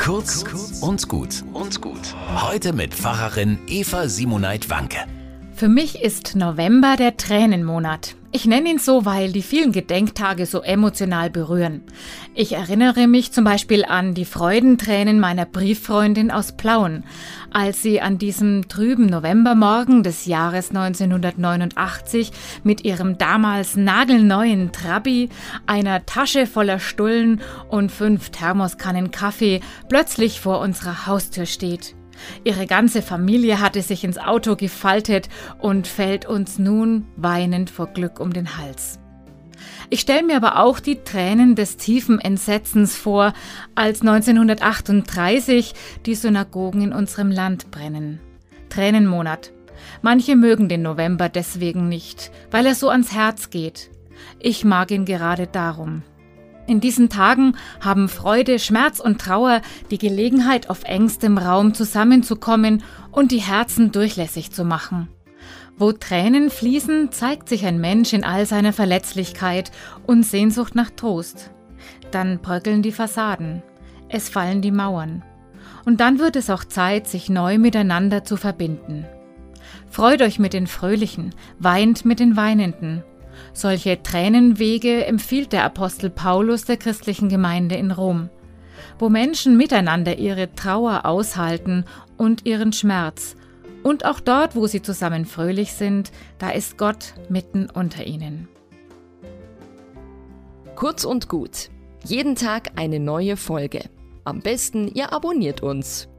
Kurz und gut. Heute mit Pfarrerin Eva Simoneit-Wanke. Für mich ist November der Tränenmonat. Ich nenne ihn so, weil die vielen Gedenktage so emotional berühren. Ich erinnere mich zum Beispiel an die Freudentränen meiner Brieffreundin aus Plauen, als sie an diesem trüben Novembermorgen des Jahres 1989 mit ihrem damals nagelneuen Trabi, einer Tasche voller Stullen und 5 Thermoskannen Kaffee plötzlich vor unserer Haustür steht. Ihre ganze Familie hatte sich ins Auto gefaltet und fällt uns nun weinend vor Glück um den Hals. Ich stelle mir aber auch die Tränen des tiefen Entsetzens vor, als 1938 die Synagogen in unserem Land brennen. Tränenmonat. Manche mögen den November deswegen nicht, weil er so ans Herz geht. Ich mag ihn gerade darum. In diesen Tagen haben Freude, Schmerz und Trauer die Gelegenheit, auf engstem Raum zusammenzukommen und die Herzen durchlässig zu machen. Wo Tränen fließen, zeigt sich ein Mensch in all seiner Verletzlichkeit und Sehnsucht nach Trost. Dann bröckeln die Fassaden, es fallen die Mauern. Und dann wird es auch Zeit, sich neu miteinander zu verbinden. Freut euch mit den Fröhlichen, weint mit den Weinenden. Solche Tränenwege empfiehlt der Apostel Paulus der christlichen Gemeinde in Rom, wo Menschen miteinander ihre Trauer aushalten und ihren Schmerz. Und auch dort, wo sie zusammen fröhlich sind, da ist Gott mitten unter ihnen. Kurz und gut. Jeden Tag eine neue Folge. Am besten, ihr abonniert uns.